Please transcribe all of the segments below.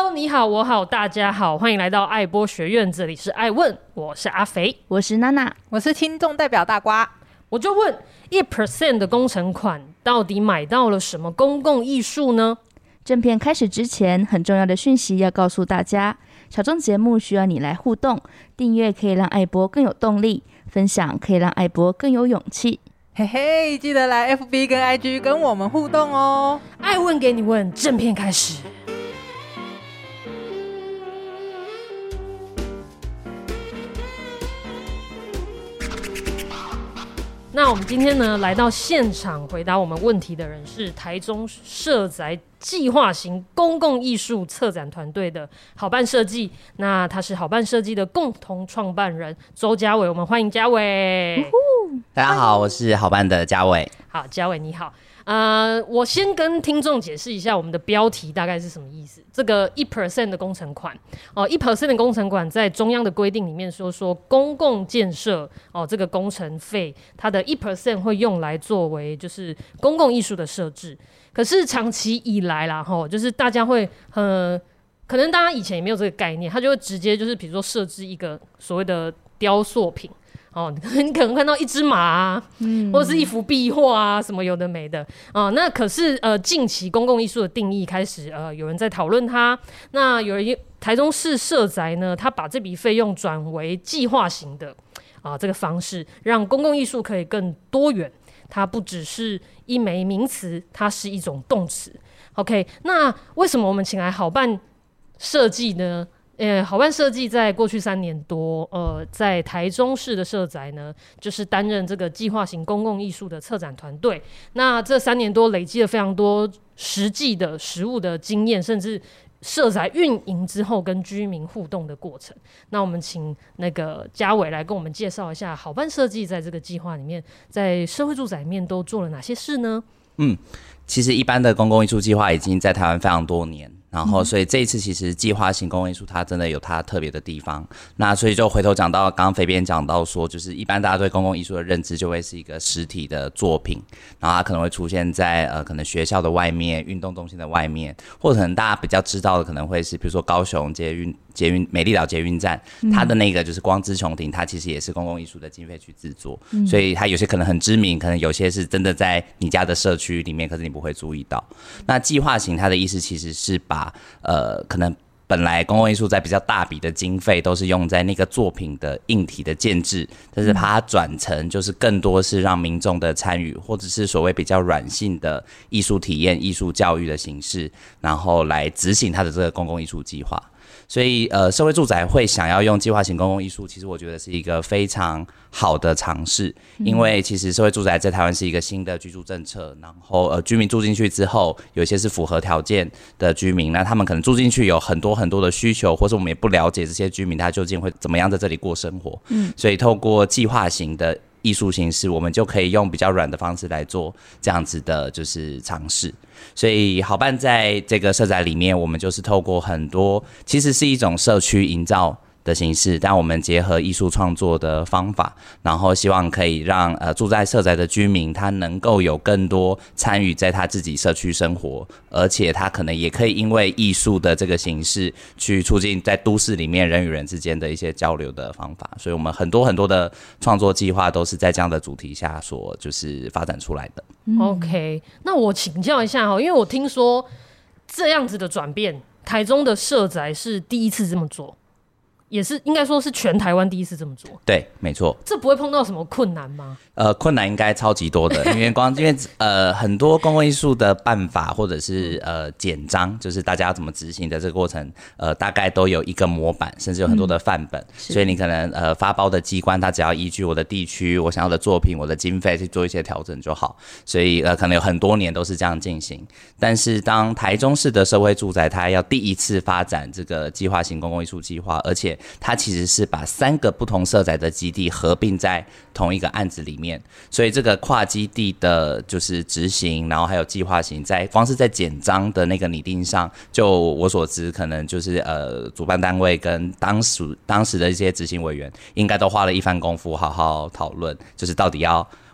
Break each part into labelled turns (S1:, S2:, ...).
S1: Hello， 你好，我好，大家好，欢迎来到爱播学院，这里是爱问，我是阿肥，
S2: 我是娜娜，
S3: 我是听众代表大瓜。
S1: 我就问 1% 的工程款到底买到了什么公共艺术呢？
S2: 正片开始之前，很重要的讯息要告诉大家，小众节目需要你来互动，订阅可以让爱播更有动力，分享可以让爱播更有勇气。
S3: 嘿嘿，记得来 FB 跟 IG 跟我们互动哦。
S1: 爱问给你问，正片开始。那我们今天呢，来到现场回答我们问题的人是台中社宅计划型公共艺术策展团队的好办设计，那他是好办设计的共同创办人周家伟，我们欢迎家伟。
S4: 大家好，我是好办的家伟。
S1: 好，家伟你好。我先跟听众解释一下我们的标题大概是什么意思。这个 1% 的工程款1% 的工程款在中央的规定里面说公共建设这个工程费它的 1% 会用来作为就是公共艺术的设置。可是长期以来啦就是大家会可能大家以前也没有这个概念，他就会直接就是比如说设置一个所谓的雕塑品你可能看到一只马啊，或者是一幅壁画啊，什么有的没的那可是近期公共艺术的定义开始有人在讨论它。那有人台中市社宅呢，他把这笔费用转为计划型的这个方式，让公共艺术可以更多元。它不只是一枚名词，它是一种动词。OK， 那为什么我们请来好办设计呢？好办设计在过去3年多，在台中市的社宅呢，就是担任这个计划型公共艺术的策展团队。那这3年多累积了非常多实际的实务的经验，甚至社宅运营之后跟居民互动的过程。那我们请那个家伟来跟我们介绍一下好办设计在这个计划里面，在社会住宅里面都做了哪些事呢？
S4: 其实一般的公共艺术计划已经在台湾非常多年，然后所以这一次其实计划型公共艺术它真的有它特别的地方。那所以就回头讲到刚刚肥编讲到说，就是一般大家对公共艺术的认知就会是一个实体的作品，然后它可能会出现在可能学校的外面、运动中心的外面，或者可能大家比较知道的可能会是比如说高雄捷运美丽岛捷运站，它的那个就是光之穹庭，它其实也是公共艺术的经费去制作，所以它有些可能很知名，可能有些是真的在你家的社区里面，可是你不会注意到。那计划型它的意思其实是把可能本来公共艺术在比较大笔的经费都是用在那个作品的硬体的建制，但是把它转成就是更多是让民众的参与，或者是所谓比较软性的艺术体验、艺术教育的形式，然后来执行它的这个公共艺术计划。所以社会住宅会想要用计划型公共艺术，其实我觉得是一个非常好的尝试，因为其实社会住宅在台湾是一个新的居住政策，然后居民住进去之后，有些是符合条件的居民，那他们可能住进去有很多很多的需求，或是我们也不了解这些居民他究竟会怎么样在这里过生活，所以透过计划型的艺术形式，我们就可以用比较软的方式来做这样子的就是尝试。所以好办在这个社宅里面，我们就是透过很多其实是一种社区营造的形式，但我们结合艺术创作的方法，然后希望可以让住在社宅的居民他能够有更多参与在他自己社区生活，而且他可能也可以因为艺术的这个形式去促进在都市里面人与人之间的一些交流的方法。所以我们很多很多的创作计划都是在这样的主题下所就是发展出来的。
S1: OK， 那我请教一下因为我听说这样子的转变，台中的社宅是第一次这么做，也是应该说是全台湾第一次这么做。
S4: 对，没错。
S1: 这不会碰到什么困难吗？
S4: 困难应该超级多的，因为很多公共艺术的办法或者是简章，就是大家要怎么执行的这个过程，大概都有一个模板，甚至有很多的范本，所以你可能发包的机关，它只要依据我的地区、我想要的作品、我的经费去做一些调整就好。所以可能有很多年都是这样进行。但是当台中市的社会住宅，它要第一次发展这个计划型公共艺术计划，而且它其实是把3个不同社宅的基地合并在同一个案子里面，所以这个跨基地的就是执行，然后还有计划型，光是在简章的那个拟定上，就我所知，可能就是主办单位跟当时的一些执行委员，应该都花了一番功夫，好好讨论，就是到底要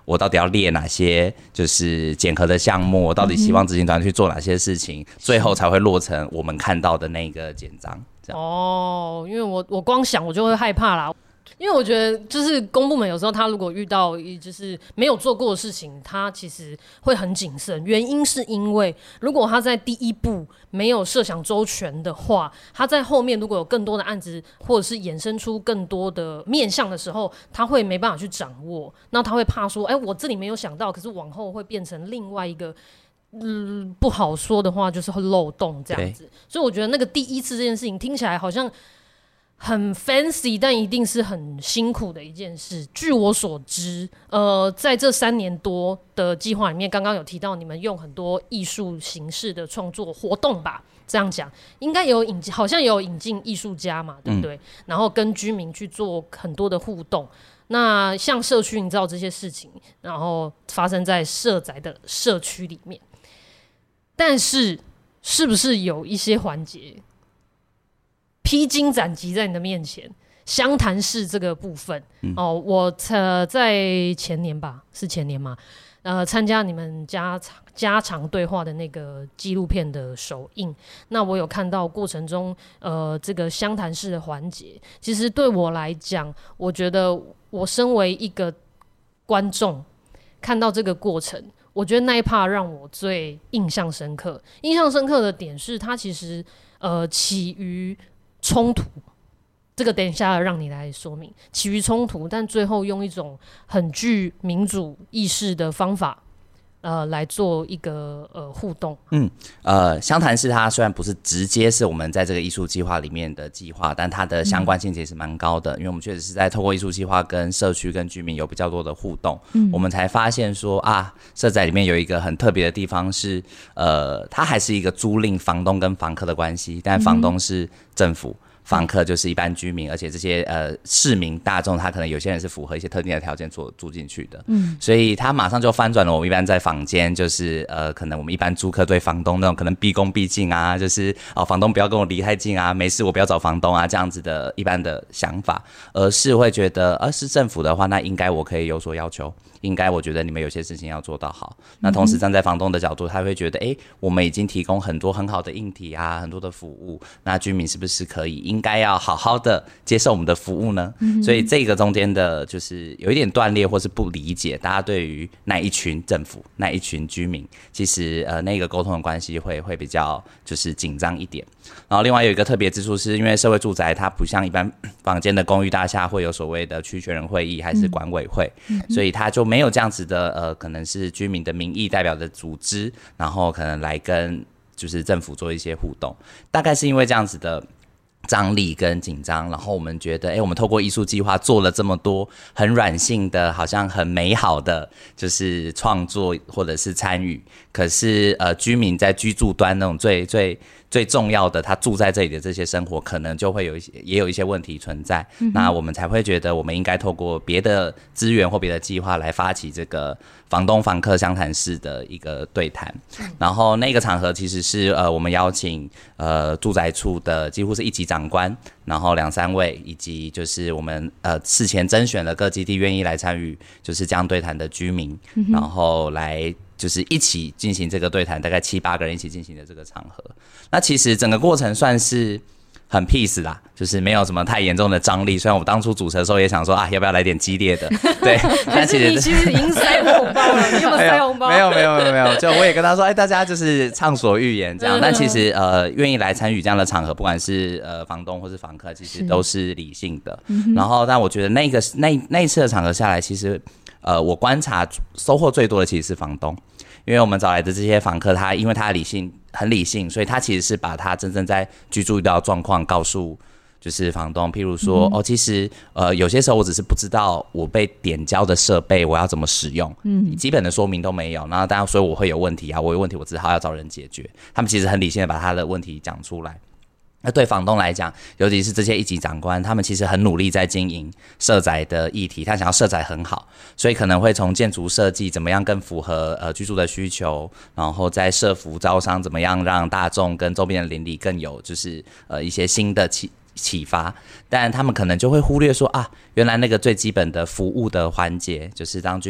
S4: 我到底要列哪些就是检核的项目，我到底希望执行团去做哪些事情，最后才会落成我们看到的那个简章。
S1: 因为我光想我就会害怕啦。因为我觉得就是公部门有时候他如果遇到就是没有做过的事情，他其实会很谨慎。原因是因为如果他在第一步没有设想周全的话，他在后面如果有更多的案子或者是衍生出更多的面向的时候，他会没办法去掌握。那他会怕说，我这里没有想到，可是往后会变成另外一个。不好说的话就是会漏洞这样子。所以我觉得那个第一次这件事情听起来好像很 fancy， 但一定是很辛苦的一件事。据我所知，在这3年多的计划里面，刚刚有提到你们用很多艺术形式的创作活动吧？这样讲，应该有好像有引进艺术家嘛，对不对？然后跟居民去做很多的互动。那像社区营造这些事情，然后发生在社宅的社区里面，但是是不是有一些环节披荆斩棘在你的面前？湘潭市这个部分，我在前年吧，是前年吗？参加你们家常对话的那个纪录片的首映，那我有看到过程中，这个湘潭市的环节，其实对我来讲，我觉得我身为一个观众，看到这个过程，我觉得那一 part 让我最印象深刻。印象深刻的点是，它其实起于冲突。这个等一下让你来说明，起于冲突，但最后用一种很具民主意识的方法，来做一个互动。
S4: 湘潭市它虽然不是直接是我们在这个艺术计划里面的计划，但它的相关性其实蛮高的，因为我们确实是在透过艺术计划跟社区跟居民有比较多的互动，我们才发现说社宅里面有一个很特别的地方是，它还是一个租赁房东跟房客的关系，但房东是政府。房客就是一般居民，而且这些市民大众，他可能有些人是符合一些特定的条件住进去的，所以他马上就翻转了我们一般在房间，就是可能我们一般租客对房东那种可能毕恭毕敬啊，就是房东不要跟我离太近啊，没事我不要找房东啊这样子的一般的想法，而是会觉得是政府的话，那应该我可以有所要求，应该我觉得你们有些事情要做到好。那同时站在房东的角度，他会觉得我们已经提供很多很好的硬体啊，很多的服务，那居民是不是可以应该要好好的接受我们的服务呢？所以这个中间的就是有一点断裂或是不理解，大家对于那一群政府那一群居民，其实那个沟通的关系会比较就是紧张一点。然后另外有一个特别之处是，因为社会住宅它不像一般房间的公寓大厦会有所谓的区权人会议还是管委会，所以它就没有这样子的可能是居民的民意代表的组织，然后可能来跟就是政府做一些互动，大概是因为这样子的张力跟紧张，然后我们觉得我们透过艺术计划做了这么多很软性的好像很美好的就是创作或者是参与，可是居民在居住端那种最重要的他住在这里的这些生活可能就会也有一些问题存在，那我们才会觉得我们应该透过别的资源或别的计划来发起这个房东房客湘潭市的一个对谈，然后那个场合其实是我们邀请住宅处的几乎是一级长官，然后2-3位，以及就是我们事前甄选了各基地愿意来参与就是这样对谈的居民，然后来就是一起进行这个对谈，大概7-8个人一起进行的这个场合。那其实整个过程算是很 peace 啦，就是没有什么太严重的张力。虽然我当初主持的时候也想说要不要来点激烈的，对，但其实
S1: 你其实已经塞红包了，你有没有塞红包？
S4: 没有，就我也跟他说，大家就是畅所欲言这样。但其实愿意来参与这样的场合，不管是房东或是房客，其实都是理性的。然后，但我觉得那一次的场合下来，其实我观察收获最多的其实是房东。因为我们找来的这些房客，因为他很理性，所以他其实是把他真正在居住遇到的状况告诉就是房东，譬如说其实有些时候我只是不知道我被点交的设备我要怎么使用，基本的说明都没有，然后当然所以我会有问题啊，我有问题我只好要找人解决，他们其实很理性的把他的问题讲出来。那对房东来讲，尤其是这些一级长官，他们其实很努力在经营社宅的议题，他想要社宅很好，所以可能会从建筑设计怎么样更符合居住的需求，然后在社服招商怎么样让大众跟周边的邻里更有就是一些新的启发，但他们可能就会忽略说原来那个最基本的服务的环节，就是当居民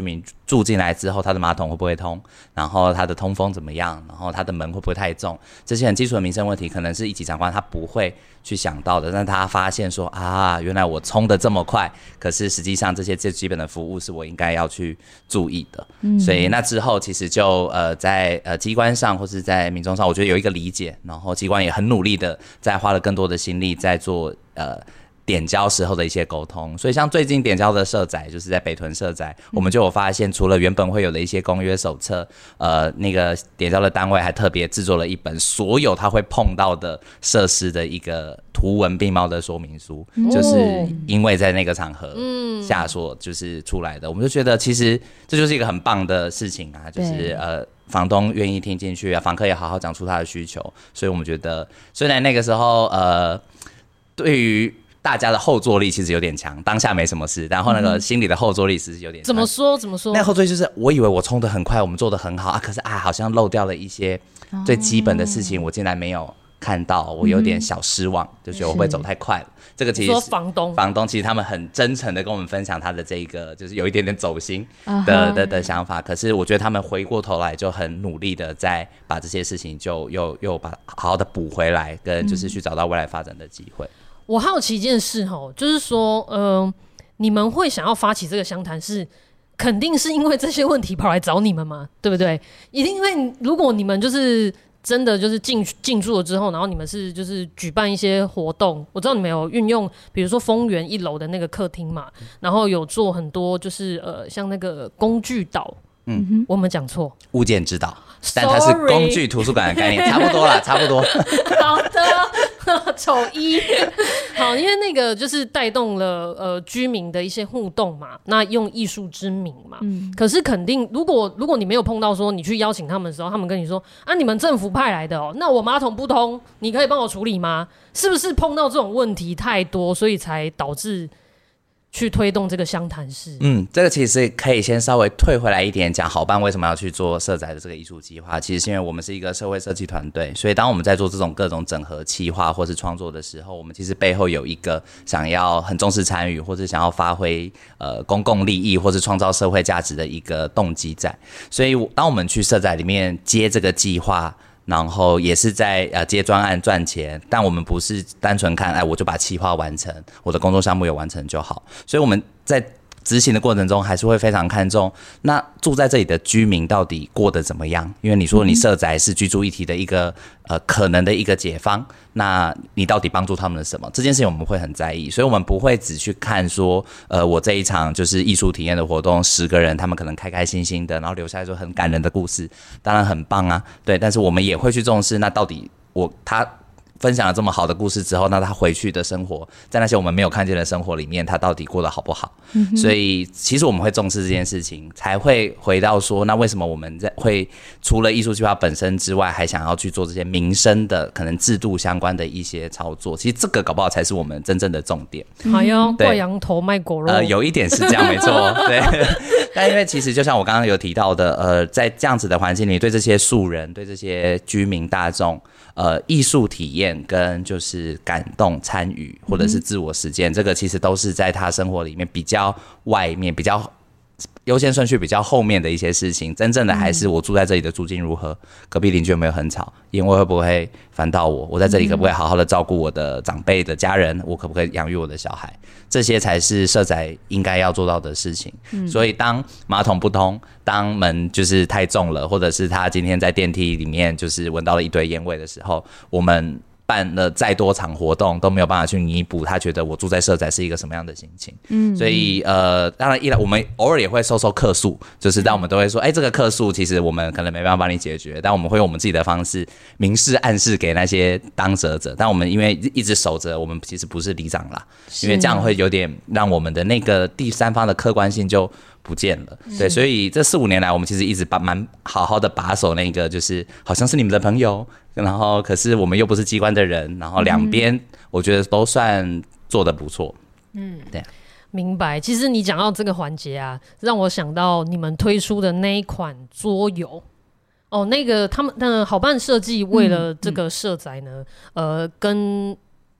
S4: 住进来之后，它的马桶会不会通，然后它的通风怎么样，然后它的门会不会太重，这些很基础的民生问题，可能是一级长官他不会去想到的，但他发现说啊，原来我冲得这么快，可是实际上这些最基本的服务是我应该要去注意的。所以那之后其实就在机关上或是在民众上，我觉得有一个理解，然后机关也很努力的在花了更多的心力在做点交时候的一些沟通，所以像最近点交的社宅，就是在北屯社宅，我们就有发现，除了原本会有的一些公约手册，那个点交的单位还特别制作了一本所有他会碰到的设施的一个图文并茂的说明书，就是因为在那个场合下所就是出来的，我们就觉得其实这就是一个很棒的事情啊，就是房东愿意听进去啊，房客也好好讲出他的需求，所以我们觉得虽然那个时候对于大家的后坐力其实有点强，当下没什么事，然后那个心理的后坐力其实有点强。
S1: 怎么说？
S4: 那后坐力就是我以为我冲得很快，我们做得很好啊，可是好像漏掉了一些最基本的事情，我竟然没有看到，我有点小失望，就觉得我会不会走太快了。这个其实
S1: 说房东
S4: 其实他们很真诚的跟我们分享他的这一个就是有一点点走心的想法，可是我觉得他们回过头来就很努力的在把这些事情就又把好好的补回来，跟就是去找到未来发展的机会。
S1: 我好奇一件事就是说，你们会想要发起这个详谈是，肯定是因为这些问题跑来找你们嘛，对不对？一定因为如果你们就是真的就是进驻了之后，然后你们是就是举办一些活动，我知道你们有运用，比如说丰原1楼的那个客厅嘛，然后有做很多就是像那个工具岛。我们讲错，
S4: 物件之岛，但它是工具图书馆的概念，差不多啦，差不多。
S1: 好的，丑一。好，因为那个就是带动了居民的一些互动嘛，那用艺术之名嘛。可是肯定，如果你没有碰到说你去邀请他们的时候，他们跟你说啊，你们政府派来的那我马桶不通，你可以帮我处理吗？是不是碰到这种问题太多，所以才导致去推动这个相谈室？
S4: 这个其实可以先稍微退回来一点讲，好办为什么要去做社宅的这个艺术计划，其实是因为我们是一个社会设计团队，所以当我们在做这种各种整合企划或是创作的时候，我们其实背后有一个想要很重视参与，或是想要发挥公共利益或是创造社会价值的一个动机在，所以当我们去社宅里面接这个计划，然后也是在接专案赚钱，但我们不是单纯看我就把企划完成，我的工作项目有完成就好，所以我们在执行的过程中还是会非常看重那住在这里的居民到底过得怎么样，因为你说你社宅是居住议题的一个可能的一个解方，那你到底帮助他们了什么，这件事情我们会很在意，所以我们不会只去看说我这一场就是艺术体验的活动10个人他们可能开开心心的，然后留下来说很感人的故事，当然很棒啊，对，但是我们也会去重视那到底他分享了这么好的故事之后，那他回去的生活，在那些我们没有看见的生活里面，他到底过得好不好？所以其实我们会重视这件事情，才会回到说，那为什么我们会除了艺术计划本身之外，还想要去做这些民生的可能制度相关的一些操作？其实这个搞不好才是我们真正的重点。
S1: 还要挂羊头卖狗肉，
S4: 有一点是这样，没错，对。但因为其实就像我刚刚有提到的，在这样子的环境里，对这些素人，对这些居民大众。艺术体验跟就是感动参与或者是自我实践，这个其实都是在他生活里面比较外面比较优先顺序比较后面的一些事情，真正的还是我住在这里的租金如何，隔壁邻居有没有很吵，烟味会不会烦到我在这里可不可以好好的照顾我的长辈的家人，我可不可以养育我的小孩，这些才是社宅应该要做到的事情。所以当马桶不通，当门就是太重了，或者是他今天在电梯里面就是闻到了一堆烟味的时候，我们办了再多场活动都没有办法去弥补他觉得我住在社宅是一个什么样的心情。所以当然一来我们偶尔也会收客诉，就是但我们都会说这个客诉其实我们可能没办法帮你解决，但我们会用我们自己的方式明示暗示给那些当责者，但我们因为一直守着我们其实不是里长啦，因为这样会有点让我们的那个第三方的客观性就不见了。对，所以这4-5年来我们其实一直蛮好好的把守那个就是好像是你们的朋友，然后可是我们又不是机关的人，然后两边我觉得都算做得不错。对，
S1: 明白。其实你讲到这个环节啊，让我想到你们推出的那一款桌游那个他们好办设计为了这个社宅呢，跟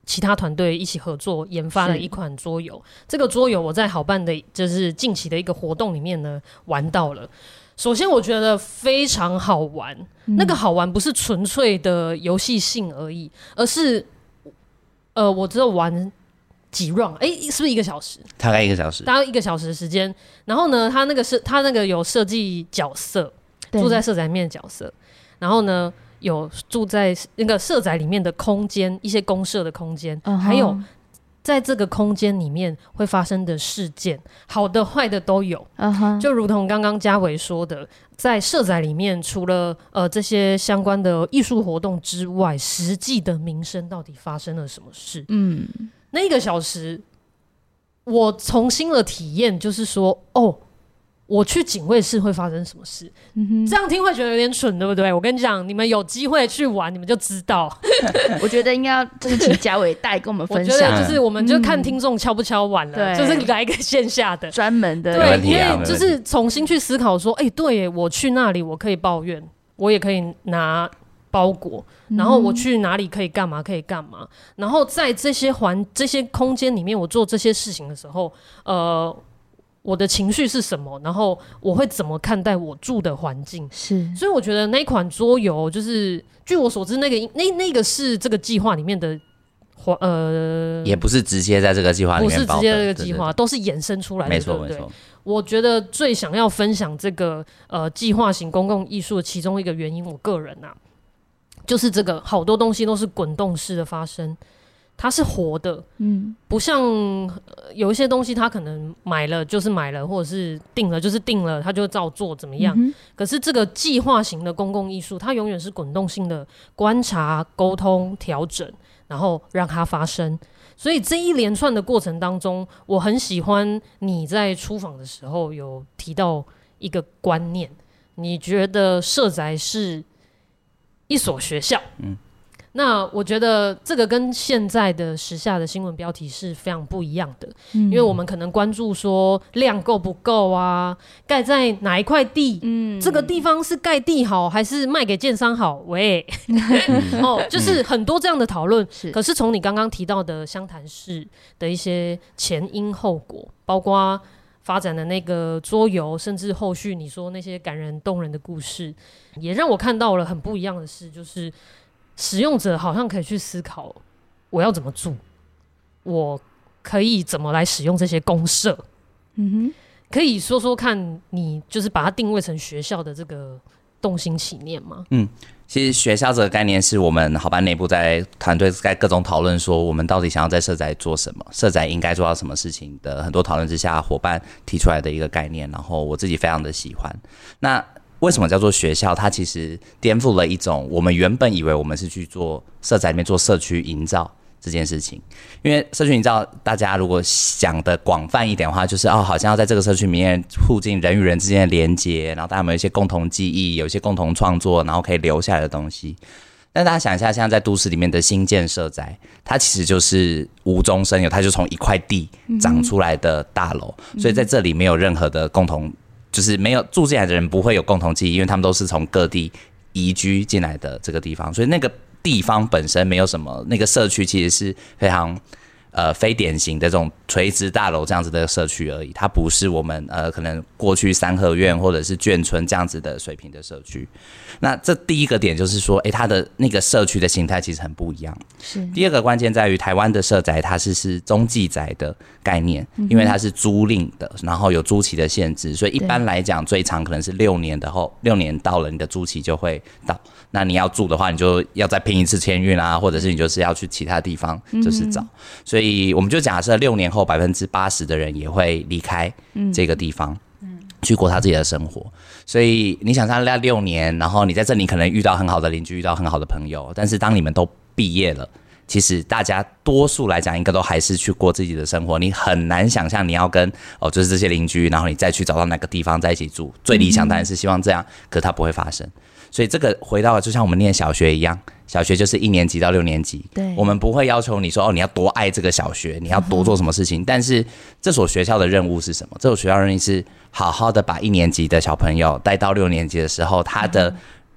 S1: 其他团队一起合作研发了一款桌游。这个桌游我在好办的就是近期的一个活动里面呢玩到了。首先我觉得非常好玩，那个好玩不是纯粹的游戏性而已，而是我只有玩几 round， 是不是1个小时？
S4: 大概1个小时，
S1: 大概1个小时的时间。然后呢，他那个有设计角色，住在社宅里面的角色，然后呢有住在那个社宅里面的空间，一些公社的空间，还有在这个空间里面会发生的事件，好的坏的都有。就如同刚刚嘉伟说的，在社宅里面除了这些相关的艺术活动之外，实际的民生到底发生了什么事？那1个小时我重新的体验就是说，我去警卫室会发生什么事？这样听会觉得有点蠢，对不对？我跟你讲，你们有机会去玩，你们就知道。
S2: 我觉得应该要就是请嘉伟带跟我们分享。
S1: 我觉得就是我们就看听众敲不敲完了，就是来一个线下的
S2: 专门的，
S1: 对，因为就是重新去思考说，对耶，我去那里我可以抱怨，我也可以拿包裹，然后我去哪里可以干嘛可以干嘛，然后在这些空间里面，我做这些事情的时候，我的情绪是什么，然后我会怎么看待我住的环境。
S2: 是，
S1: 所以我觉得那款桌游就是据我所知那个是这个计划里面的
S4: 也不是直接在这个计划里面包的，
S1: 不是直接在这个计划，都是衍生出来的，
S4: 没错
S1: 对不对？
S4: 没错。
S1: 我觉得最想要分享这个计划型公共艺术的其中一个原因，我个人就是这个好多东西都是滚动式的发生，它是活的，不像有一些东西它可能买了就是买了，或者是定了就是定了，它就照做怎么样。可是这个计划型的公共艺术，它永远是滚动性的观察、沟通、调整，然后让它发生。所以这一连串的过程当中，我很喜欢你在出访的时候有提到一个观念，你觉得社宅是一所学校，那我觉得这个跟现在的时下的新闻标题是非常不一样的，因为我们可能关注说量够不够啊，盖在哪一块地，这个地方是盖地好还是卖给建商好？喂，就是很多这样的讨论。可是从你刚刚提到的湘潭市的一些前因后果，包括发展的那个桌游，甚至后续你说那些感人动人的故事，也让我看到了很不一样的事，就是使用者好像可以去思考我要怎么住，我可以怎么来使用这些公社。可以说说看你就是把它定位成学校的这个动心起念吗？
S4: 其实学校这个概念是我们好办内部在团队在各种讨论说我们到底想要在社宅做什么，社宅应该做到什么事情的很多讨论之下伙伴提出来的一个概念，然后我自己非常的喜欢。那为什么叫做学校？它其实颠覆了一种我们原本以为我们是去做社宅里面做社区营造这件事情。因为社区营造大家如果想的广泛一点的话，就是好像要在这个社区里面促进人与人之间的连结，然后大家有一些共同记忆，有一些共同创作，然后可以留下来的东西。但大家想一下，像在都市里面的新建社宅，它其实就是无中生有，它就从一块地长出来的大楼，所以在这里没有任何的共同，就是没有住进来的人不会有共同记忆，因为他们都是从各地移居进来的这个地方，所以那个地方本身没有什么，那个社区其实是非常非典型的这种垂直大楼这样子的社区而已，它不是我们可能过去三合院或者是眷村这样子的水平的社区。那这第一个点就是说，它的那个社区的形态其实很不一样。是。第二个关键在于台湾的社宅它是中继宅的概念，因为它是租赁的，然后有租期的限制，所以一般来讲最长可能是6年的后，6年到了你的租期就会到。那你要住的话，你就要再拼一次签运啊，或者是你就是要去其他地方就是找。所以我们就假设6年后80%的人也会离开这个地方，去过他自己的生活。所以你想象那6年，然后你在这里可能遇到很好的邻居，遇到很好的朋友，但是当你们都毕业了，其实大家多数来讲应该都还是去过自己的生活，你很难想象你要跟就是这些邻居，然后你再去找到哪个地方在一起住。最理想当然是希望这样，可是它不会发生。所以这个回到就像我们念小学一样，小学就是1年级到6年级，我们不会要求你说你要多爱这个小学，你要多做什么事情，但是这所学校的任务是什么？这所学校的任务是好好的把1年级的小朋友带到6年级的时候，他的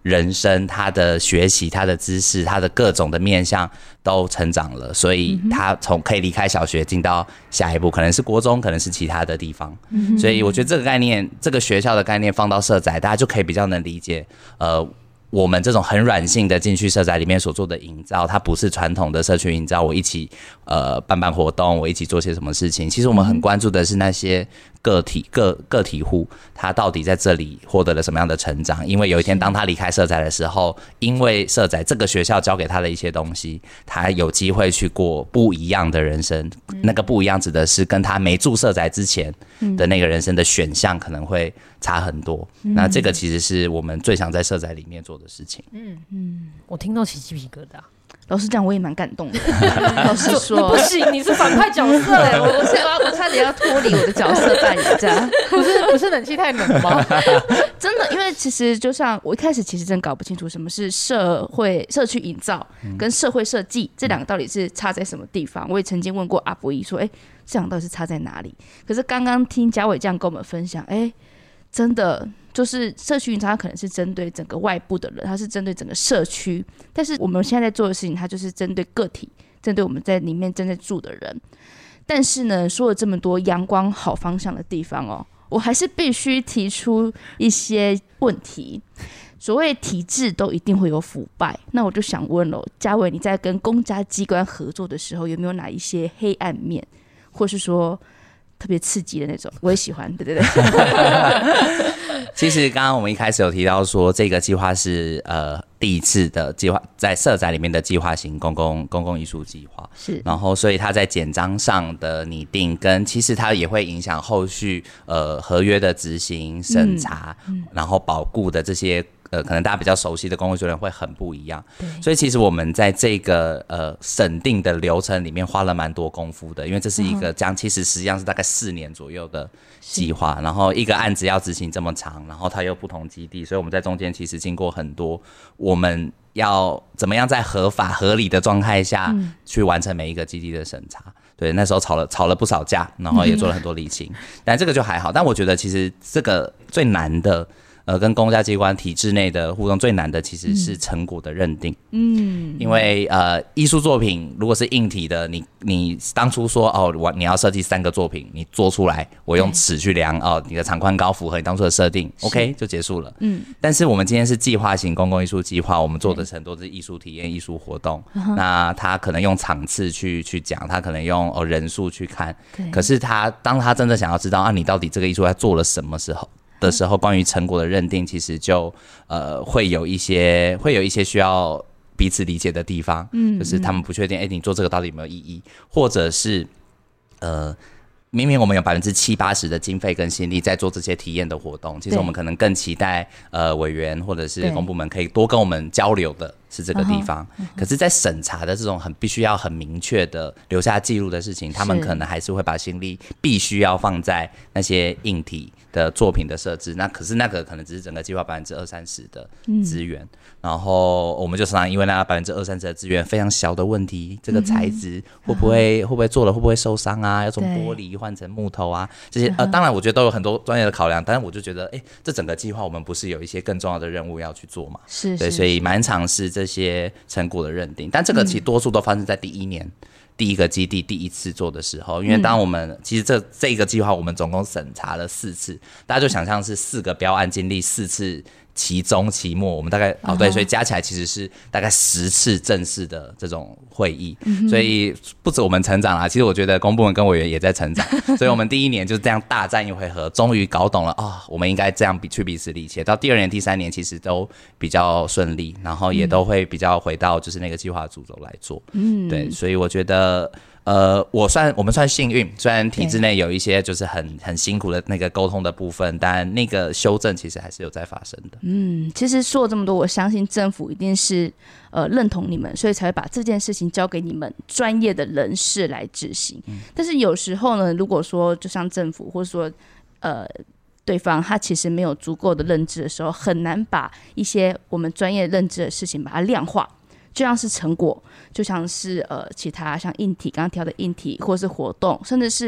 S4: 人生、他的学习、他的知识、他的各种的面向都成长了，所以他可以离开小学进到下一步，可能是国中，可能是其他的地方。所以我觉得这个概念，这个学校的概念放到社宅，大家就可以比较能理解。我们这种很软性的进去社宅里面所做的营造，它不是传统的社区营造，我一起办活动，我一起做些什么事情。其实我们很关注的是那些个体户，他到底在这里获得了什么样的成长？因为有一天当他离开社宅的时候，因为社宅这个学校教给他的一些东西，他有机会去过不一样的人生。那个不一样指的是跟他没住社宅之前的那个人生的选项可能会差很多。那这个其实是我们最想在社宅里面做的事情。
S1: 我听到起鸡皮疙瘩。
S2: 老实讲，我也蛮感动的。老实说，
S1: 不行，你是反派角色哎！
S2: 我差点要脱离我的角色扮演，这样
S3: 不是冷气太冷吗？
S2: 真的，因为其实就像我一开始其实真搞不清楚什么是社区营造跟社会设计这两个到底是差在什么地方。我也曾经问过阿伯姨说，这两个到底是差在哪里？可是刚刚听嘉伟这样跟我们分享，真的就是社区营造，它可能是针对整个外部的人，它是针对整个社区，但是我们现在在做的事情，它就是针对个体，针对我们在里面正在住的人。但是呢，说了这么多阳光好方向的地方我还是必须提出一些问题。所谓体制都一定会有腐败，那我就想问了，嘉伟，你在跟公家机关合作的时候，有没有哪一些黑暗面，或是说特别刺激的那种？我也喜欢，对对对。
S4: 其实刚刚我们一开始有提到说，这个计划是第一次的计划，在社宅里面的计划型公共艺术计划，
S2: 是。
S4: 然后所以它在简章上的拟定，跟其实它也会影响后续合约的执行、审查，然后保固的这些。可能大家比较熟悉的公共艺术人会很不一样，所以其实我们在这个审定的流程里面花了蛮多功夫的，因为这是一个其实实际上是大概4年左右的计划，然后一个案子要执行这么长，然后它又不同基地，所以我们在中间其实经过很多，我们要怎么样在合法合理的状态下去完成每一个基地的审查。对，那时候吵了不少架，然后也做了很多理清，但这个就还好。但我觉得其实这个最难的。跟公家机关体制内的互动最难的其实是成果的认定。因为艺术作品如果是硬体的，你当初说你要设计3个作品，你做出来，我用尺去量你的长宽高符合你当初的设定 ，OK 就结束了。但是我们今天是计划型公共艺术计划，我们做的很多是艺术体验、艺术活动，那他可能用场次去讲，他可能用人数去看，可是当他真的想要知道你到底这个艺术在做了什么时候，关于成果的认定，其实就会有一些需要彼此理解的地方，就是他们不确定，你做这个到底有没有意义，或者是明明我们有70-80%的经费跟心力在做这些体验的活动，其实我们可能更期待委员或者是公部门可以多跟我们交流的是这个地方。可是在审查的这种必须要很明确的留下记录的事情，他们可能还是会把心力必须要放在那些硬体的作品的设置，可是那个可能只是整个计划20-30%的资源，然后我们就常常因为那20-30%的资源非常小的问题，这个材质会不会做了会不会受伤啊？要从玻璃换成木头啊，这些当然我觉得都有很多专业的考量，但是我就觉得这整个计划我们不是有一些更重要的任务要去做嘛？对，所以蛮常是这些成果的认定，但这个其实多数都发生在第1年。第一个基地第一次做的时候，因为当我们其实这个计划我们总共审查了4次，大家就想象是4个标案经历4次期中期末，我们大概对，所以加起来其实是大概10次正式的这种会议，所以不止我们成长啦，其实我觉得公部门跟委员也在成长，所以我们第1年就这样大战一回合，终于搞懂了我们应该这样去彼此理解，到第2年第3年其实都比较顺利，然后也都会比较回到就是那个计划的主轴来做，对，所以我觉得我们算幸运，虽然体制内有一些就是很辛苦的那个沟通的部分，但那个修正其实还是有在发生的。
S2: 其实说了这么多，我相信政府一定是认同你们，所以才会把这件事情交给你们专业的人士来执行。但是有时候呢，如果说就像政府或者说对方他其实没有足够的认知的时候，很难把一些我们专业认知的事情把它量化。就像是成果，就像是其他像硬体刚刚提到的硬体，或是活动，甚至是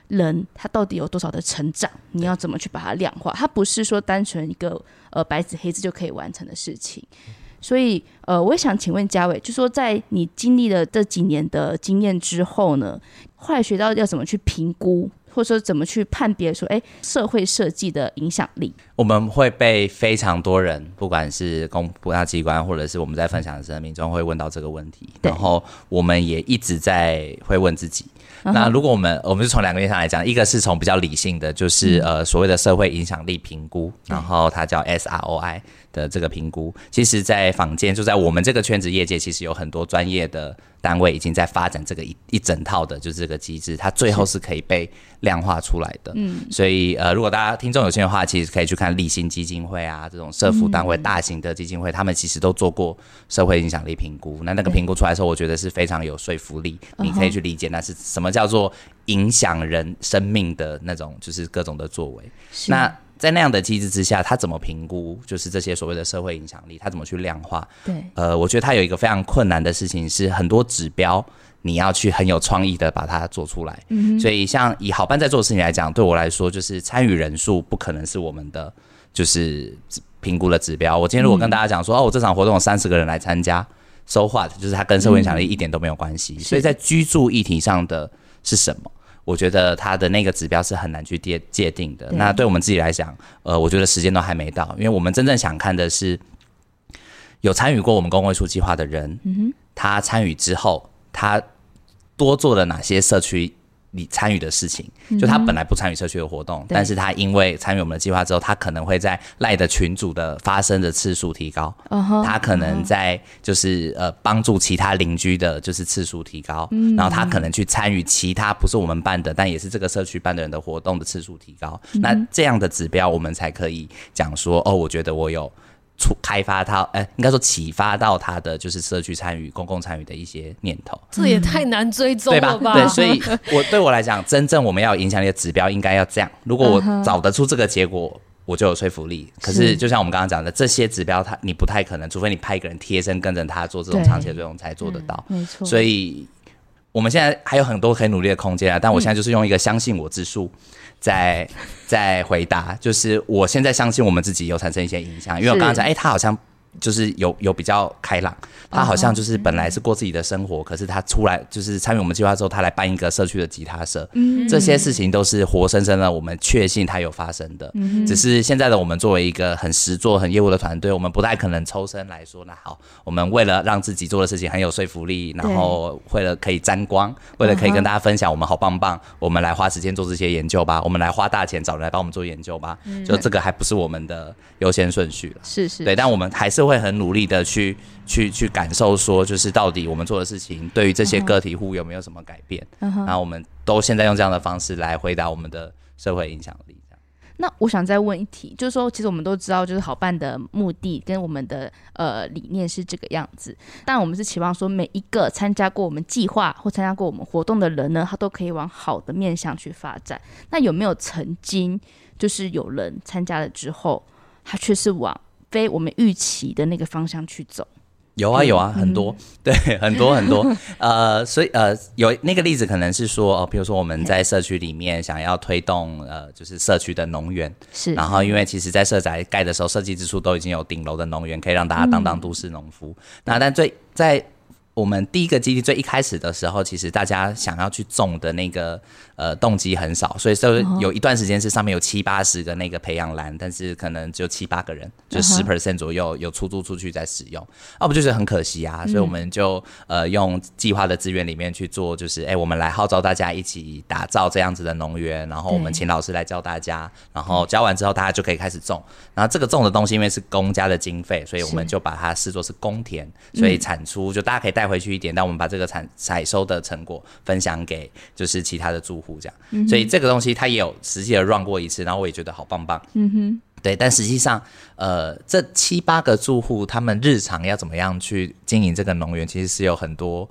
S2: 人他到底有多少的成长，你要怎么去把它量化，它不是说单纯一个白纸黑字就可以完成的事情。所以我也想请问嘉伟，就说在你经历了这几年的经验之后呢，后来学到要怎么去评估，或者说怎么去判别说社会设计的影响力。
S4: 我们会被非常多人，不管是公家机关或者是我们在分享的生命中会问到这个问题，然后我们也一直在会问自己。那如果我们是从2个面向来讲，一个是从比较理性的，就是所谓的社会影响力评估，然后它叫 SROI 的这个评估。其实在坊间，就在我们这个圈子业界，其实有很多专业的单位已经在发展这个一整套的就是这个机制，它最后是可以被量化出来的。所以如果大家听众有兴趣的话，其实可以去看立新基金会啊，这种社福单位大型的基金会，他们其实都做过社会影响力评估。那个评估出来的时候，我觉得是非常有说服力，你可以去理解那是什么叫做影响人生命的那种，就是各种的作为。那在那样的机制之下，他怎么评估就是这些所谓的社会影响力，他怎么去量化？
S2: 对，
S4: 我觉得他有一个非常困难的事情是，很多指标你要去很有创意的把它做出来。所以像以好办在做的事情来讲，对我来说就是参与人数不可能是我们的就是评估的指标。我今天如果跟大家讲说，我这场活动有30个人来参加，so what， 就是它跟社会影响力一点都没有关系。所以在居住议题上的是什么？我觉得它的那个指标是很难去界定的。那对我们自己来讲，我觉得时间都还没到，因为我们真正想看的是有参与过我们公共艺术计划的人，他参与之后，他多做了哪些社区你参与的事情，就他本来不参与社区的活动，但是他因为参与我们的计划之后，他可能会在赖的群组的发生的次数提高，他可能在就是帮助其他邻居的就是次数提高，然后他可能去参与其他不是我们办的但也是这个社区办的人的活动的次数提高，那这样的指标我们才可以讲说我觉得我有开发到应该说启发到他的就是社区参与公共参与的一些念头。
S1: 这也太难追踪了吧？
S4: 对，所以对我来讲，真正我们要有影响力的指标应该要这样，如果我找得出这个结果，我就有说服力。可是就像我们刚刚讲的，这些指标你不太可能，除非你派一个人贴身跟着他做这种长期的追踪才做得到。
S2: 没错。
S4: 所以我们现在还有很多可以努力的空间但我现在就是用一个相信我之术在回答，就是我现在相信我们自己有产生一些影响，因为我刚刚讲他好像就是有比较开朗，他好像就是本来是过自己的生活，可是他出来就是参与我们计划之后，他来办一个社区的吉他社，这些事情都是活生生的，我们确信他有发生的，只是现在的我们作为一个很实作很业务的团队，我们不太可能抽身来说，那好，我们为了让自己做的事情很有说服力，然后为了可以沾光，为了可以跟大家分享我们好棒棒，我们来花时间做这些研究吧，我们来花大钱找人来帮我们做研究吧，就这个还不是我们的优先顺序了，
S2: 是
S4: 对，但我们还是会很努力的去感受说，就是到底我们做的事情对于这些个体户有没有什么改变，然后我们都现在用这样的方式来回答我们的社会影响力。
S2: 那我想再问一题，就是说其实我们都知道就是好办的目的跟我们的理念是这个样子，但我们是期望说每一个参加过我们计划或参加过我们活动的人呢，他都可以往好的面向去发展。那有没有曾经就是有人参加了之后，他却是往非我们预期的那个方向去走？
S4: 有啊，很多，对，很多，所以有那个例子可能是说比如说我们在社区里面想要推动就是社区的农园，是，然后因为其实在社宅盖的时候，设计之初都已经有顶楼的农园，可以让大家当都市农夫，那但在我们第一个基地最一开始的时候，其实大家想要去种的那个动机很少，所以有一段时间是上面有70-80个那个培养栏，但是可能只有7-8个人，就 10% 左右有出租出去在使用，我们就觉得很可惜啊，所以我们就用计划的资源里面去做，就是我们来号召大家一起打造这样子的农园，然后我们请老师来教大家，然后教完之后大家就可以开始种，然后这个种的东西因为是公家的经费，所以我们就把它视作是公田，所以产出就大家可以带回去一点，但我们把这个采收的成果分享给就是其他的住户这样，所以这个东西它也有实际的 run 过一次，然后我也觉得好棒棒，对，但实际上这7-8个住户他们日常要怎么样去经营这个农园，其实是有很多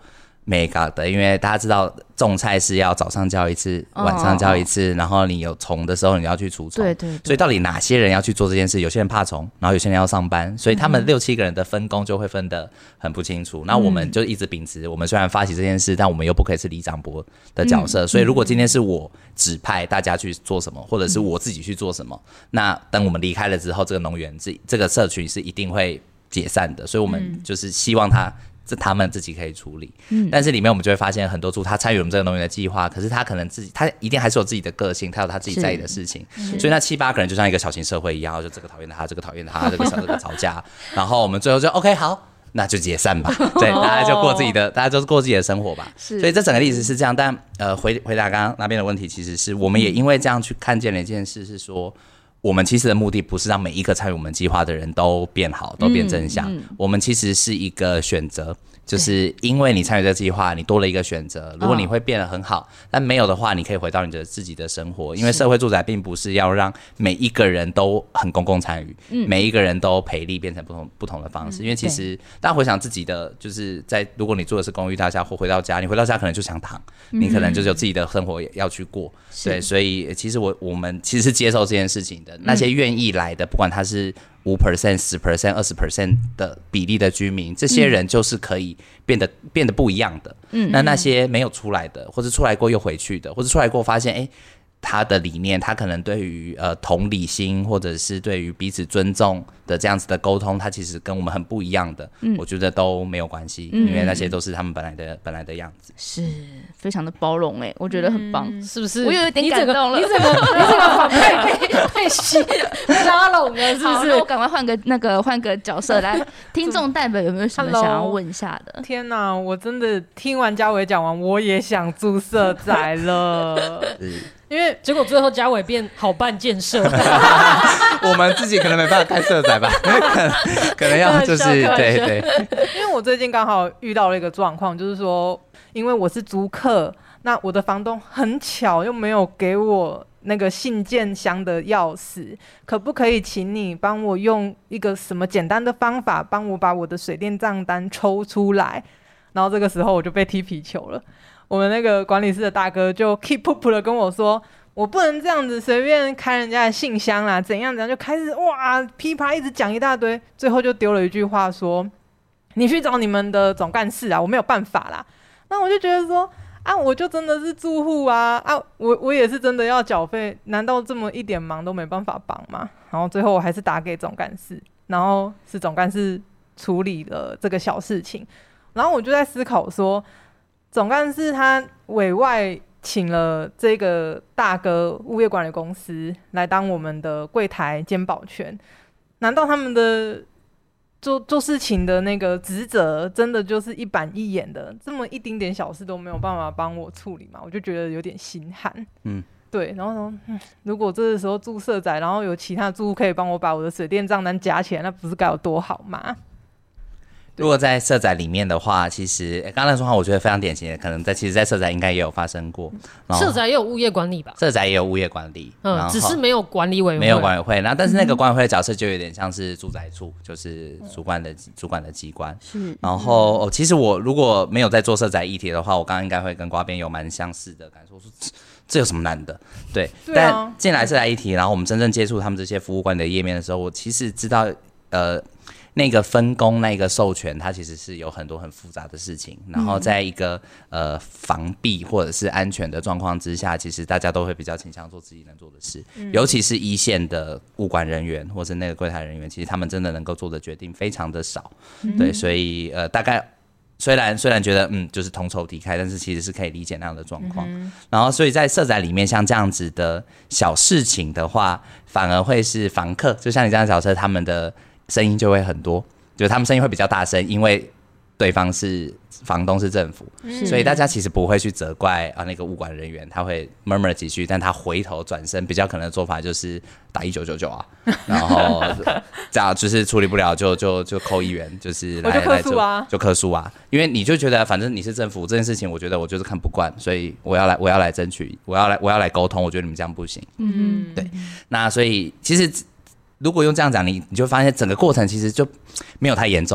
S4: mega 的，因为大家知道种菜是要早上浇一次，晚上浇一次，然后你有虫的时候你要去除虫，
S2: 对，
S4: 所以到底哪些人要去做这件事？有些人怕虫，然后有些人要上班，所以他们6-7个人的分工就会分得很不清楚。那我们就一直秉持，我们虽然发起这件事，但我们又不可以是里长伯的角色，所以如果今天是我指派大家去做什么，或者是我自己去做什么，那等我们离开了之后，这个农园这个社群是一定会解散的，所以我们就是希望他们自己可以处理，但是里面我们就会发现很多猪他参与我们这个农园的计划，可是他可能他一定还是有自己的个性，他有他自己在意的事情，所以那7-8个人就像一个小型社会一样，就这个讨厌他，这个讨厌他，这个吵架，然后我们最后就 OK 好，那就解散吧，对，大家就过自己的生活吧。所以这整个例子是这样，但回答刚刚那边的问题，其实是我们也因为这样去看见了一件事，是说我们其实的目的不是让每一个参与我们计划的人都变好，都变正向，我们其实是一个选择。就是因为你参与这个计划，你多了一个选择。如果你会变得很好，但没有的话，你可以回到你的自己的生活。因为社会住宅并不是要让每一个人都很公共参与，每一个人都培力变成不同的方式。因为其实大家回想自己的，就是如果你住的是公寓大厦或回到家，你回到家可能就想躺，你可能就是有自己的生活要去过。对，所以其实我们其实是接受这件事情的。那些愿意来的，不管他是5%、10%、20% 的比例的居民，这些人就是可以变得不一样的。那些没有出来的，或者出来过又回去的，或者出来过发现，他的理念，他可能对于同理心，或者是对于彼此尊重的这样子的沟通，他其实跟我们很不一样的，我觉得都没有关系，因为那些都是他们本来的样子，
S2: 是非常的包容我觉得很棒，
S1: 是不是？
S2: 我有点感动了，
S1: 你这个反派被拉拢了，是不是？
S2: 好，那我赶快换个角色来，听众代表有没有什么想要问一下的？
S3: 天哪，我真的听完嘉伟讲完，我也想住社宅了。因为
S1: 结果最后嘉伟变好办建设，
S4: 我们自己可能没办法开社宅吧，可能要就是对，
S3: 因为我最近刚好遇到了一个状况，就是说，因为我是租客，那我的房东很巧又没有给我那个信件箱的钥匙，可不可以请你帮我用一个什么简单的方法，帮我把我的水电账单抽出来？然后这个时候我就被踢皮球了。我们那个管理室的大哥就 keep up 的跟我说，我不能这样子随便开人家的信箱啦，怎样就开始哇噼啪一直讲一大堆，最后就丢了一句话说，你去找你们的总干事啊，我没有办法啦。那我就觉得说啊，我就真的是住户啊，我也是真的要缴费，难道这么一点忙都没办法帮吗？然后最后我还是打给总干事，然后是总干事处理了这个小事情，然后我就在思考说，总干事他委外请了这个大哥物业管理公司来当我们的柜台兼保全，难道他们的做事情的那个职责真的就是一板一眼的，这么一丁点小事都没有办法帮我处理吗？我就觉得有点心寒。对，然后说，如果这个时候住社宅，然后有其他住户可以帮我把我的水电账单加起来，那不是该有多好吗？
S4: 如果在社宅里面的话，其实刚才那句话我觉得非常典型的，可能其实在社宅应该也有发生过。
S1: 社宅也有物业管理吧？
S4: 社宅也有物业管理，
S1: 只是没有管理委员会，
S4: 没有管委会。但是那个管委会的角色就有点像是住宅处，就是主管的机关。然后其实我如果没有在做社宅议题的话，我刚刚应该会跟瓜边有蛮相似的感受，说这有什么难的？对，但进来社宅议题，然后我们真正接触他们这些服务管理的页面的时候，我其实知道那个分工、那个授权，它其实是有很多很复杂的事情。然后在一个防弊或者是安全的状况之下，其实大家都会比较倾向做自己能做的事。尤其是一线的物管人员或是那个柜台人员，其实他们真的能够做的决定非常的少。对，所以大概虽然觉得就是同仇敌忾，但是其实是可以理解那样的状况。然后所以在社宅里面，像这样子的小事情的话，反而会是房客，就像你这样的角色，他们的声音就会很多，就是他们声音会比较大声，因为对方是房东是政府，所以大家其实不会去责怪那个物管人员，他会 murmur 几句，但他回头转身比较可能的做法就是打1999啊，然后这样就是处理不了就扣1元，就是来就客诉啊，因为你就觉得反正你是政府这件事情，我觉得我就是看不惯，所以我要来争取，我要来沟通，我觉得你们这样不行。对，那所以其实如果用这样讲，你就发现整个过程其实就没有太严重。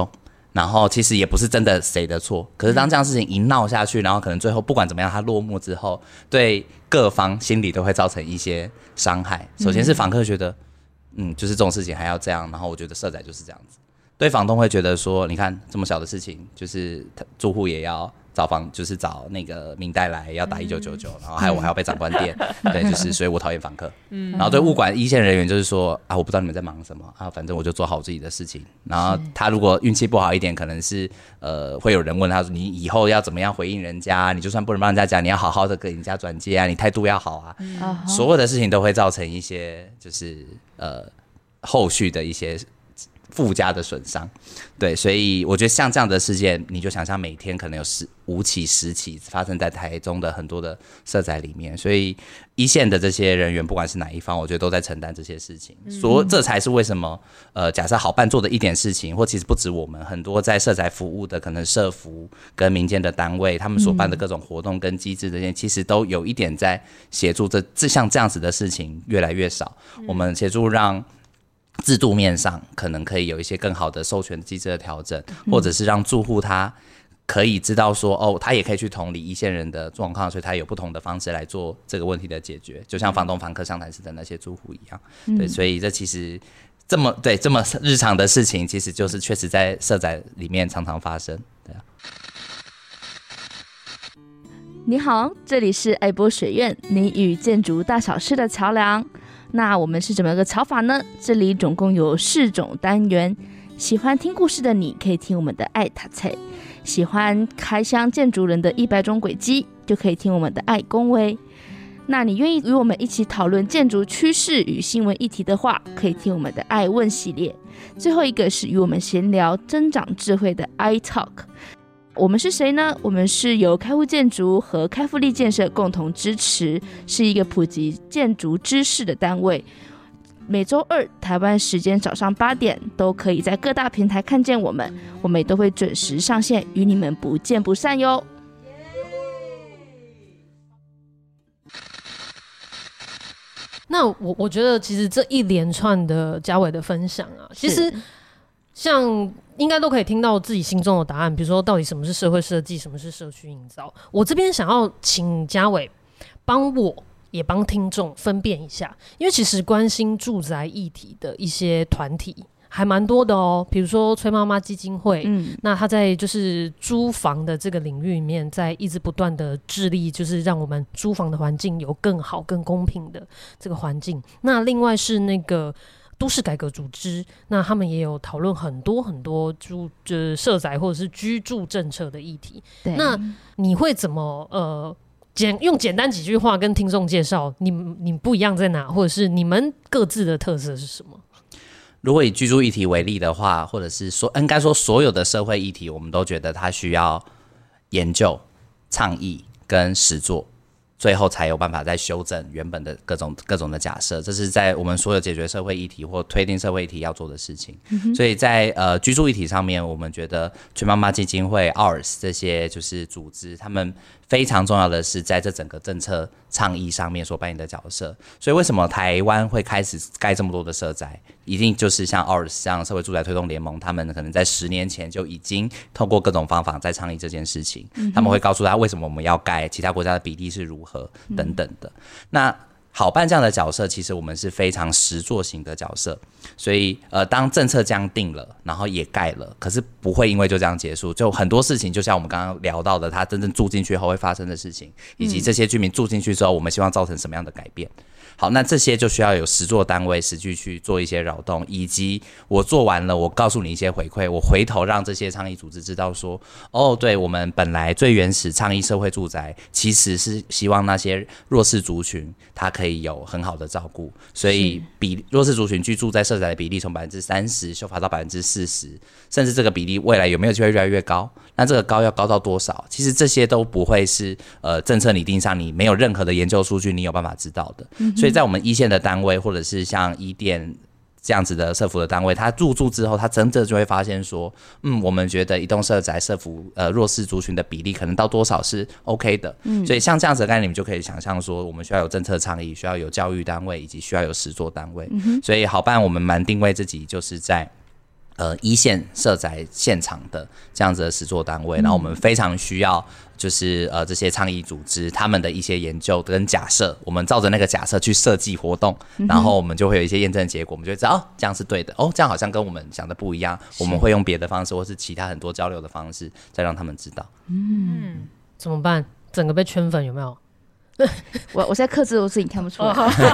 S4: 然后其实也不是真的谁的错，可是当这样事情一闹下去，然后可能最后不管怎么样它落幕之后，对各方心理都会造成一些伤害。首先是房客觉得就是这种事情还要这样，然后我觉得社宅就是这样子，对房东会觉得说你看这么小的事情，就是住户也要找就是找那个民代来要打1999，然后我还要被长官电，对，就是所以我讨厌房客。然后对物管一线人员就是说我不知道你们在忙什么反正我就做好自己的事情。然后他如果运气不好一点，可能是会有人问他说你以后要怎么样回应人家，你就算不能帮人家讲，你要好好的给人家转接啊，你态度要好啊。所有的事情都会造成一些就是后续的一些附加的损伤。对，所以我觉得像这样的事件，你就想象每天可能有5起10起发生在台中的很多的社宅里面，所以一线的这些人员不管是哪一方，我觉得都在承担这些事情。这才是为什么假设好办做的一点事情，或其实不止我们，很多在社宅服务的可能社服跟民间的单位，他们所办的各种活动跟机制这些，其实都有一点在协助像这样子的事情越来越少。我们协助让制度面上可能可以有一些更好的授权机制的调整，或者是让住户他可以知道说他也可以去同理一线人的状况，所以他有不同的方式来做这个问题的解决，就像房东房客相谈室的那些住户一样。对，所以这其实这么日常的事情，其实就是确实在社宅里面常常发生。对啊。
S2: 你好，这里是爱波学院，你与建筑大小事的桥梁。那我们是怎么个瞧法呢？这里总共有4种单元，喜欢听故事的你可以听我们的爱塔菜，喜欢开箱建筑人的100种轨迹就可以听我们的爱恭维。那你愿意与我们一起讨论建筑趋势与新闻议题的话，可以听我们的爱问系列。最后一个是与我们闲聊增长智慧的 iTalk。我们是谁呢？我们是由开户建筑和开复力建设共同支持，是一个普及建筑知识的单位。每周2台湾时间早上8点都可以在各大平台看见我们，我们也都会准时上线，与你们不见不散哟。
S1: 那我觉得其实这一连串的嘉伟的分享其实像应该都可以听到自己心中的答案，比如说到底什么是社会设计，什么是社区营造。我这边想要请嘉伟帮我也帮听众分辨一下，因为其实关心住宅议题的一些团体还蛮多的比如说崔妈妈基金会，那他在就是租房的这个领域里面，在一直不断的致力，就是让我们租房的环境有更好、更公平的这个环境。那另外是那个都市改革组织，那他们也有讨论很多很多就是社宅或者是居住政策的议题。那你会怎么用简单几句话跟听众介绍你不一样在哪，或者是你们各自的特色是什么？
S4: 如果以居住议题为例的话，或者是说应该说所有的社会议题，我们都觉得它需要研究、倡议跟实作，最后才有办法再修正原本的各种的假设，这是在我们所有解决社会议题或推定社会议题要做的事情。所以在居住议题上面，我们觉得全妈妈基金会、OURS 这些就是组织，他们非常重要的是在这整个政策倡议上面所扮演的角色。所以为什么台湾会开始盖这么多的社宅，一定就是像 OURS 像社会住宅推动联盟，他们可能在10年前就已经透过各种方法在倡议这件事情。他们会告诉他为什么我们要盖，其他国家的比例是如何等等的。那好办这样的角色，其实我们是非常实作型的角色，所以当政策这样定了，然后也盖了，可是不会因为就这样结束，就很多事情就像我们刚刚聊到的，它真正住进去后会发生的事情，以及这些居民住进去之后，我们希望造成什么样的改变。好，那这些就需要有实作单位实际去做一些扰动，以及我做完了，我告诉你一些回馈，我回头让这些倡议组织知道说，对，我们本来最原始倡议社会住宅，其实是希望那些弱势族群他可以有很好的照顾，所以弱势族群居住在社宅的比例从30%修法到40%，甚至这个比例未来有没有机会越来越高？那这个高要高到多少？其实这些都不会是政策拟定上你没有任何的研究数据你有办法知道的。所以在我们一线的单位，或者是像伊甸这样子的社福的单位，他入住之后，他真的就会发现说，我们觉得一栋社宅社福弱势族群的比例可能到多少是 OK 的。所以像这样子的概念，你们就可以想象说，我们需要有政策倡议，需要有教育单位，以及需要有实作单位。所以好办我们蛮定位自己就是在一线社宅现场的这样子的实作单位，然后我们非常需要就是这些倡议组织他们的一些研究跟假设，我们照着那个假设去设计活动，然后我们就会有一些验证结果，我们就会知道哦这样是对的，哦这样好像跟我们想的不一样，我们会用别的方式或是其他很多交流的方式再让他们知道。
S1: 怎么办？整个被圈粉有没有？
S2: 我在克制我自己看不出来。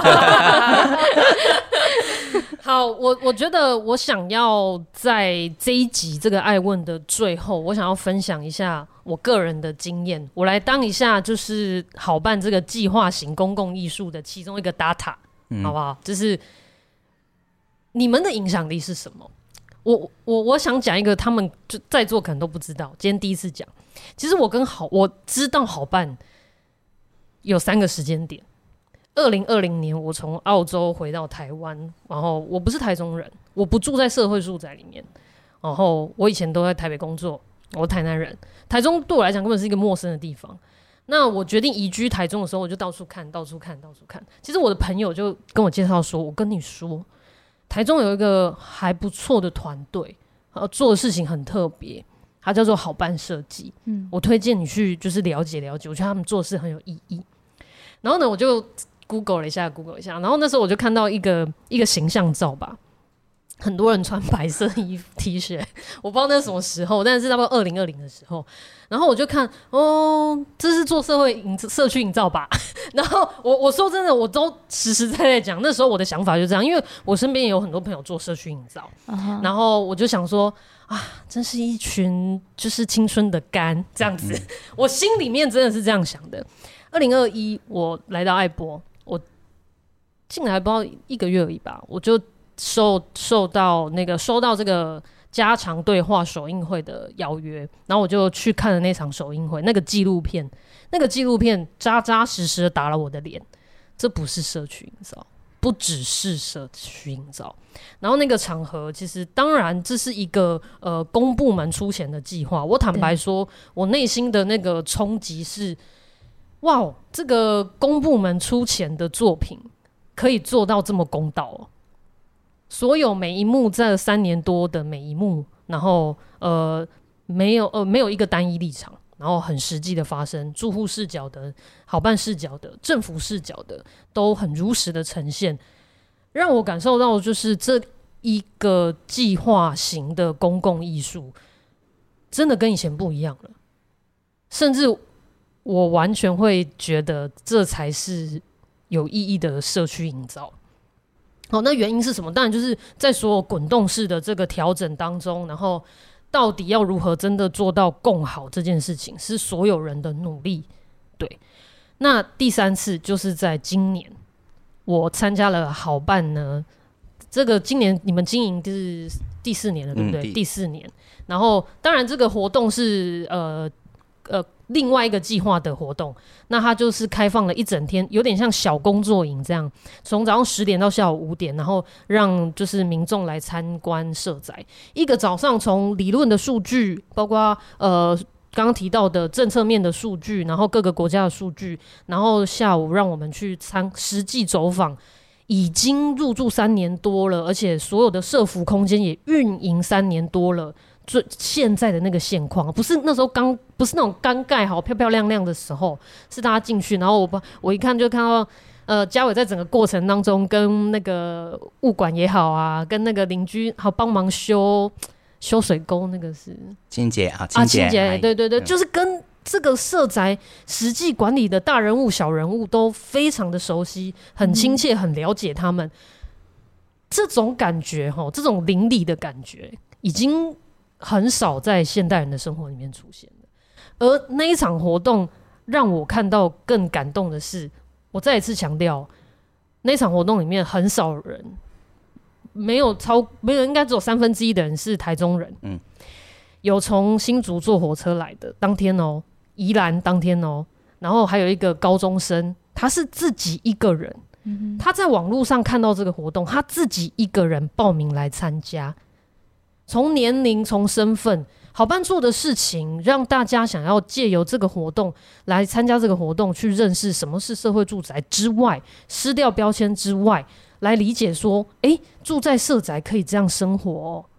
S1: 好，我觉得我想要在这一集这个爱问的最后，我想要分享一下我个人的经验，我来当一下就是好办这个计划型公共艺术的其中一个 data，好不好？就是你们的影响力是什么？我想讲一个他们就在座可能都不知道，今天第一次讲。其实我知道好办有3个时间点。2020年我从澳洲回到台湾，然后我不是台中人，我不住在社会住宅里面，然后我以前都在台北工作，我是台南人，台中对我来讲根本是一个陌生的地方。那我决定移居台中的时候，我就到处看。其实我的朋友就跟我介绍说，我跟你说，台中有一个还不错的团队，做的事情很特别，它叫做好办设计。我推荐你去就是了解，我觉得他们做事很有意义。然后呢，我就Google 了一下，然后那时候我就看到一个形象照吧，很多人穿白色衣服 T 恤，我不知道那是什么时候，但是差不多2020的时候，然后我就看，哦，这是做社区营造吧。然后我说真的，我都实在讲，那时候我的想法就这样，因为我身边也有很多朋友做社区营造，然后我就想说啊，真是一群就是青春的肝这样子，我心里面真的是这样想的。2021我来到爱博，我进来不知道1个月而已吧，我就收到这个家常对话首映会的邀约，然后我就去看了那场首映会，那个纪录片扎扎实实的打了我的脸，这不是社区营造，不只是社区营造。然后那个场合其实当然这是一个公部门出钱的计划，我坦白说我内心的那个冲击是，哇，这个公部门出钱的作品可以做到这么公道哦！所有每一幕这3年多的每一幕，然后没有一个单一立场，然后很实际的发生，住户视角的、好办视角的、政府视角的，都很如实的呈现，让我感受到就是这一个计划型的公共艺术真的跟以前不一样了，甚至我完全会觉得这才是有意义的社区营造。好，那原因是什么？当然就是在所有滚动式的这个调整当中，然后到底要如何真的做到共好这件事情，是所有人的努力。对，那第3次就是在今年，我参加了好办呢。这个今年你们经营是第4年了，对不对？第4年。然后当然这个活动是另外一个计划的活动，那它就是开放了一整天，有点像小工作营这样，从早上10点到下午5点，然后让就是民众来参观社宅。一个早上从理论的数据，包括刚刚提到的政策面的数据，然后各个国家的数据，然后下午让我们去实际走访已经入住3年多了，而且所有的社服空间也运营3年多了，现在的那个现况，不是那时候不是那种刚盖好漂漂亮亮的时候，是大家进去，然后我一看就看到嘉伟在整个过程当中跟那个物管也好啊，跟那个邻居好帮忙修水沟，那个是清洁，对对对，就是跟这个社宅实际管理的大人物小人物都非常的熟悉，很亲切，很了解他们。这种感觉这种邻里的感觉已经很少在现代人的生活里面出现了。而那一场活动让我看到更感动的是，我再一次强调，那一场活动里面很少人，没有应该只有1/3的人是台中人，有从新竹坐火车来的，当天宜兰当天然后还有一个高中生，他是自己一个人，他在网络上看到这个活动，他自己一个人报名来参加，从年龄从身份好办做的事情，让大家想要借由这个活动来参加这个活动，去认识什么是社会住宅之外，撕掉标签之外，来理解说住在社宅可以这样生活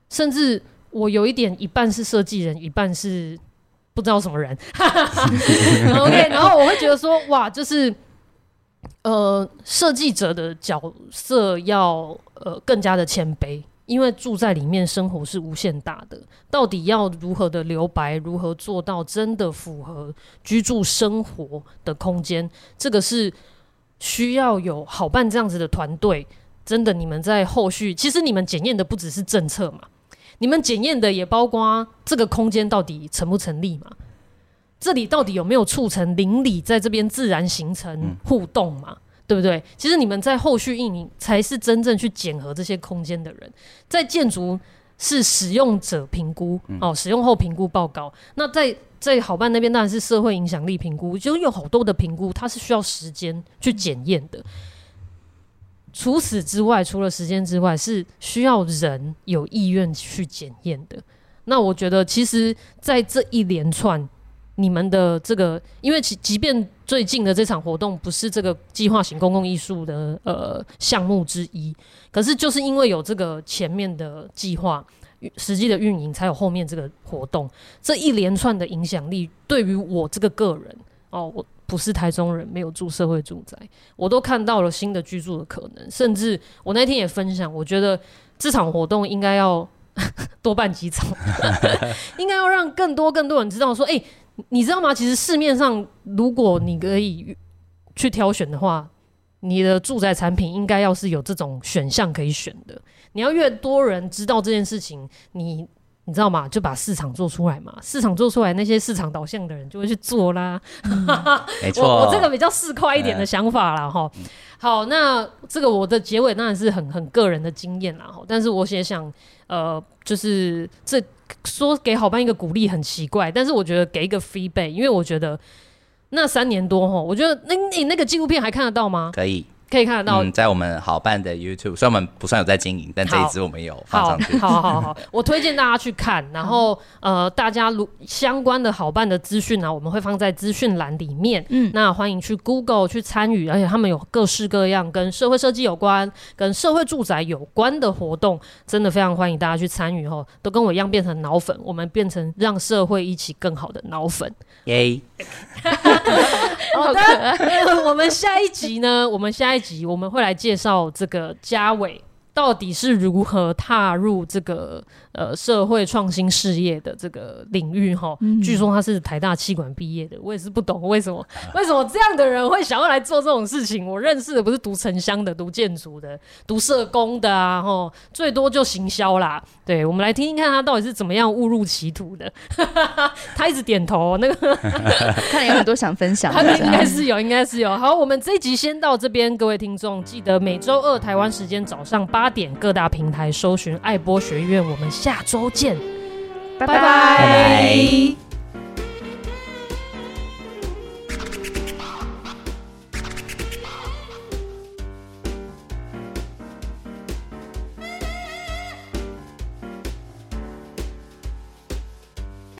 S1: 甚至我有一半是设计人，一半是不知道什么人。OK， 然后我会觉得说，哇，就是设计者的角色要更加的谦卑。因为住在里面生活是无限大的，到底要如何的留白，如何做到真的符合居住生活的空间，这个是需要有好办这样子的团队。真的，你们在后续，其实你们检验的不只是政策嘛，你们检验的也包括这个空间到底成不成立嘛，这里到底有没有促成邻里在这边自然形成互动嘛？对不对？其实你们在后续运营才是真正去检核这些空间的人，在建筑是使用者评估，使用后评估报告。那在好办那边当然是社会影响力评估，就有好多的评估，它是需要时间去检验的。除此之外，除了时间之外，是需要人有意愿去检验的。那我觉得，其实，在这一连串。你们的这个，因为即便最近的这场活动不是这个计划型公共艺术的项目之一，可是就是因为有这个前面的计划实际的运营，才有后面这个活动。这一连串的影响力，对于我这个个人我不是台中人，没有住社会住宅，我都看到了新的居住的可能。甚至我那天也分享，我觉得这场活动应该要多办几场，应该要让更多人知道说，你知道吗？其实市面上，如果你可以去挑选的话，你的住宅产品应该要是有这种选项可以选的。你要越多人知道这件事情，你知道吗？就把市场做出来嘛。市场做出来，那些市场导向的人就会去做啦。
S4: 没错，
S1: 我这个比较市侩一点的想法啦齁。好，那这个我的结尾当然是很个人的经验啦齁。但是我也想，就是这。说给好办一个鼓励很奇怪，但是我觉得给一个 feedback， 因为我觉得那3年多我觉得你那个纪录片还看得到吗？可以看得到，
S4: 在我们好办的 YouTube， 虽然我们不算有在经营，但这一支我们有放上去。
S1: 好，我推荐大家去看，然后大家相关的好办的资讯我们会放在资讯栏里面。那欢迎去 Google 去参与，而且他们有各式各样跟社会设计有关、跟社会住宅有关的活动，真的非常欢迎大家去参与都跟我一样变成脑粉，我们变成让社会一起更好的脑粉。
S4: 耶！
S1: 好的，我们下一集我们会来介绍这个家伟到底是如何踏入这个社会创新事业的这个领域据说他是台大企管毕业的，我也是不懂为什么这样的人会想要来做这种事情。我认识的不是读城乡的、读建筑的、读社工的啊，最多就行销啦。对，我们来听听看他到底是怎么样误入歧途的。他一直点头，那个
S2: 看来有很多想分享的。
S1: 应该是有。好，我们这一集先到这边，各位听众记得每周2台湾时间早上8点各大平台搜寻爱播学院，我们下周见，拜拜。